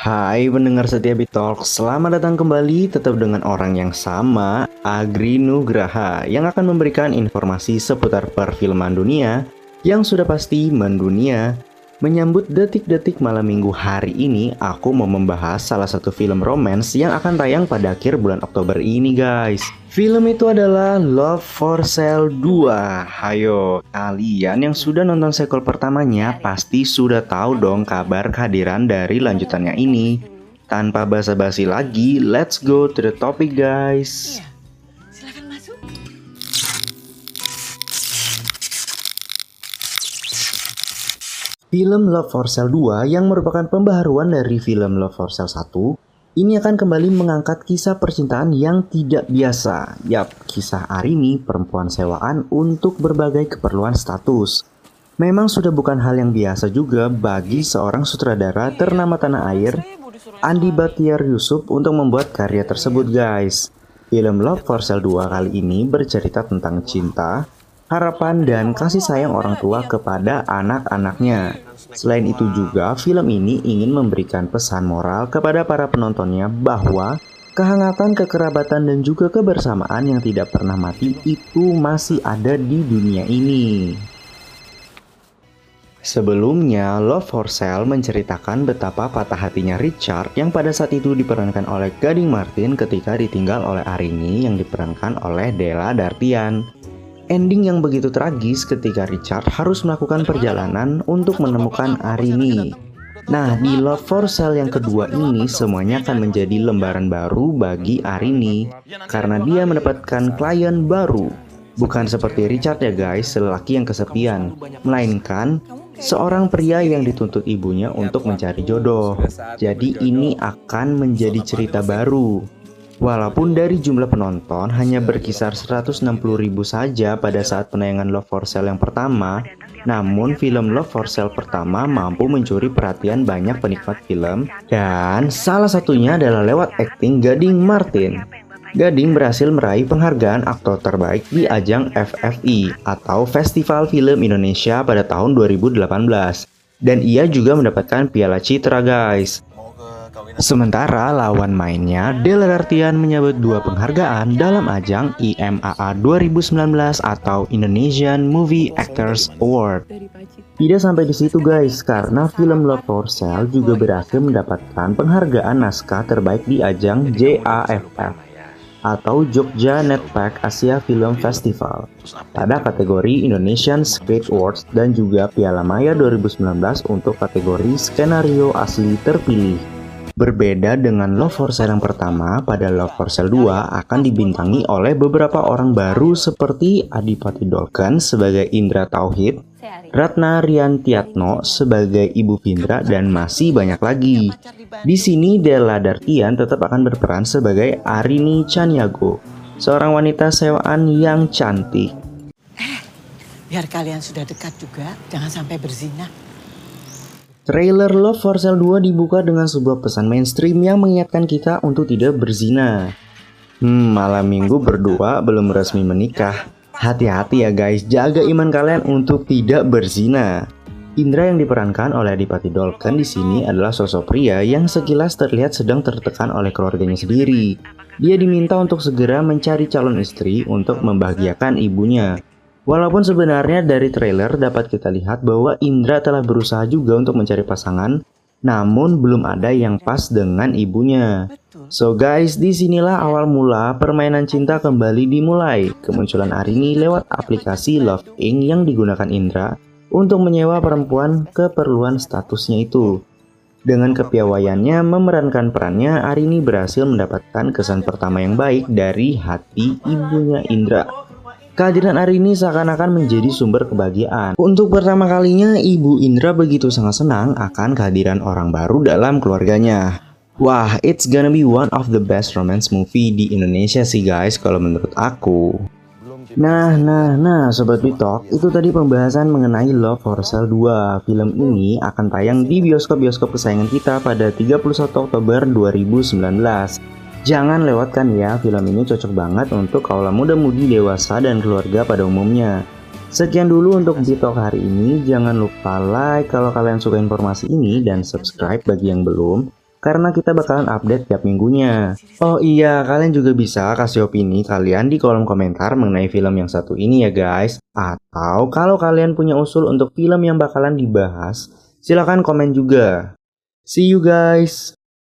Hai pendengar setia Bitalk, selamat datang kembali tetap dengan orang yang sama, Agri Nugraha, yang akan memberikan informasi seputar perfilman dunia yang sudah pasti mendunia. Menyambut detik-detik malam minggu hari ini, aku mau membahas salah satu film romance yang akan tayang pada akhir bulan Oktober ini guys. Film itu adalah Love for Sale 2. Hayo, kalian yang sudah nonton sequel pertamanya pasti sudah tahu dong kabar kehadiran dari lanjutannya ini. Tanpa basa-basi lagi, let's go to the topic guys. Silakan masuk. Film Love for Sale 2 yang merupakan pembaharuan dari film Love for Sale 1 ini akan kembali mengangkat kisah percintaan yang tidak biasa. Yap, kisah Arini, perempuan sewaan untuk berbagai keperluan status. Memang sudah bukan hal yang biasa juga bagi seorang sutradara ternama tanah air, Andi Batiar Yusuf, untuk membuat karya tersebut guys. Film Love for Sale 2 kali ini bercerita tentang cinta, harapan, dan kasih sayang orang tua kepada anak-anaknya. Selain itu juga, film ini ingin memberikan pesan moral kepada para penontonnya bahwa kehangatan, kekerabatan, dan juga kebersamaan yang tidak pernah mati itu masih ada di dunia ini. Sebelumnya, Love for Sale menceritakan betapa patah hatinya Richard yang pada saat itu diperankan oleh Gading Martin ketika ditinggal oleh Arini yang diperankan oleh Della Dartian. Ending yang begitu tragis ketika Richard harus melakukan perjalanan untuk menemukan Arini. Nah, di Love for Sale yang kedua ini semuanya akan menjadi lembaran baru bagi Arini karena dia mendapatkan klien baru. Bukan seperti Richard ya guys, lelaki yang kesepian, melainkan seorang pria yang dituntut ibunya untuk mencari jodoh. Jadi ini akan menjadi cerita baru. Walaupun dari jumlah penonton hanya berkisar 160.000 saja pada saat penayangan Love for Sale yang pertama, namun film Love for Sale pertama mampu mencuri perhatian banyak penikmat film, dan salah satunya adalah lewat akting Gading Martin. Gading berhasil meraih penghargaan aktor terbaik di ajang FFI atau Festival Film Indonesia pada tahun 2018, dan ia juga mendapatkan Piala Citra guys. Sementara lawan mainnya, Della Dartian menyabet 2 penghargaan dalam ajang IMAA 2019 atau Indonesian Movie Actors Award. Tidak sampai di situ guys, karena film Love for Sale juga berhasil mendapatkan penghargaan naskah terbaik di ajang JAFF atau Jogja Netpack Asia Film Festival pada kategori Indonesian Script Awards dan juga Piala Maya 2019 untuk kategori skenario asli terpilih. Berbeda dengan Love for Sale yang pertama, pada Love for Sale 2 akan dibintangi oleh beberapa orang baru seperti Adipati Dolken sebagai Indra Tauhid, Ratna Riantiatno sebagai Ibu Vindra, dan masih banyak lagi. Di sini Della Dartian tetap akan berperan sebagai Arini Caniago, seorang wanita sewaan yang cantik. Biar kalian sudah dekat juga, jangan sampai berzina. Trailer Love for Sale 2 dibuka dengan sebuah pesan mainstream yang mengingatkan kita untuk tidak berzina. Malam minggu berdua belum resmi menikah. Hati-hati ya guys, jaga iman kalian untuk tidak berzina. Indra yang diperankan oleh Adipati Dolken di sini adalah sosok pria yang sekilas terlihat sedang tertekan oleh keluarganya sendiri. Dia diminta untuk segera mencari calon istri untuk membahagiakan ibunya. Walaupun sebenarnya dari trailer dapat kita lihat bahwa Indra telah berusaha juga untuk mencari pasangan, namun belum ada yang pas dengan ibunya. So guys, disinilah awal mula permainan cinta kembali dimulai. Kemunculan Arini lewat aplikasi Love Inc yang digunakan Indra untuk menyewa perempuan keperluan statusnya itu. Dengan kepiawaiannya memerankan perannya, Arini berhasil mendapatkan kesan pertama yang baik dari hati ibunya Indra. Kehadiran Arini seakan-akan menjadi sumber kebahagiaan. Untuk pertama kalinya, Ibu Indra begitu sangat senang akan kehadiran orang baru dalam keluarganya. Wah, it's gonna be one of the best romance movie di Indonesia sih guys, kalau menurut aku. Nah, Sobat Bitalk, itu tadi pembahasan mengenai Love for Sale 2. Film ini akan tayang di bioskop-bioskop kesayangan kita pada 31 Oktober 2019. Jangan lewatkan ya, film ini cocok banget untuk kaula muda-mudi, dewasa, dan keluarga pada umumnya. Sekian dulu untuk Bitalk hari ini. Jangan lupa like kalau kalian suka informasi ini dan subscribe bagi yang belum. karena kita bakalan update tiap minggunya. Oh iya, kalian juga bisa kasih opini kalian di kolom komentar mengenai film yang satu ini ya guys. Atau kalau kalian punya usul untuk film yang bakalan dibahas, silahkan komen juga. See you guys!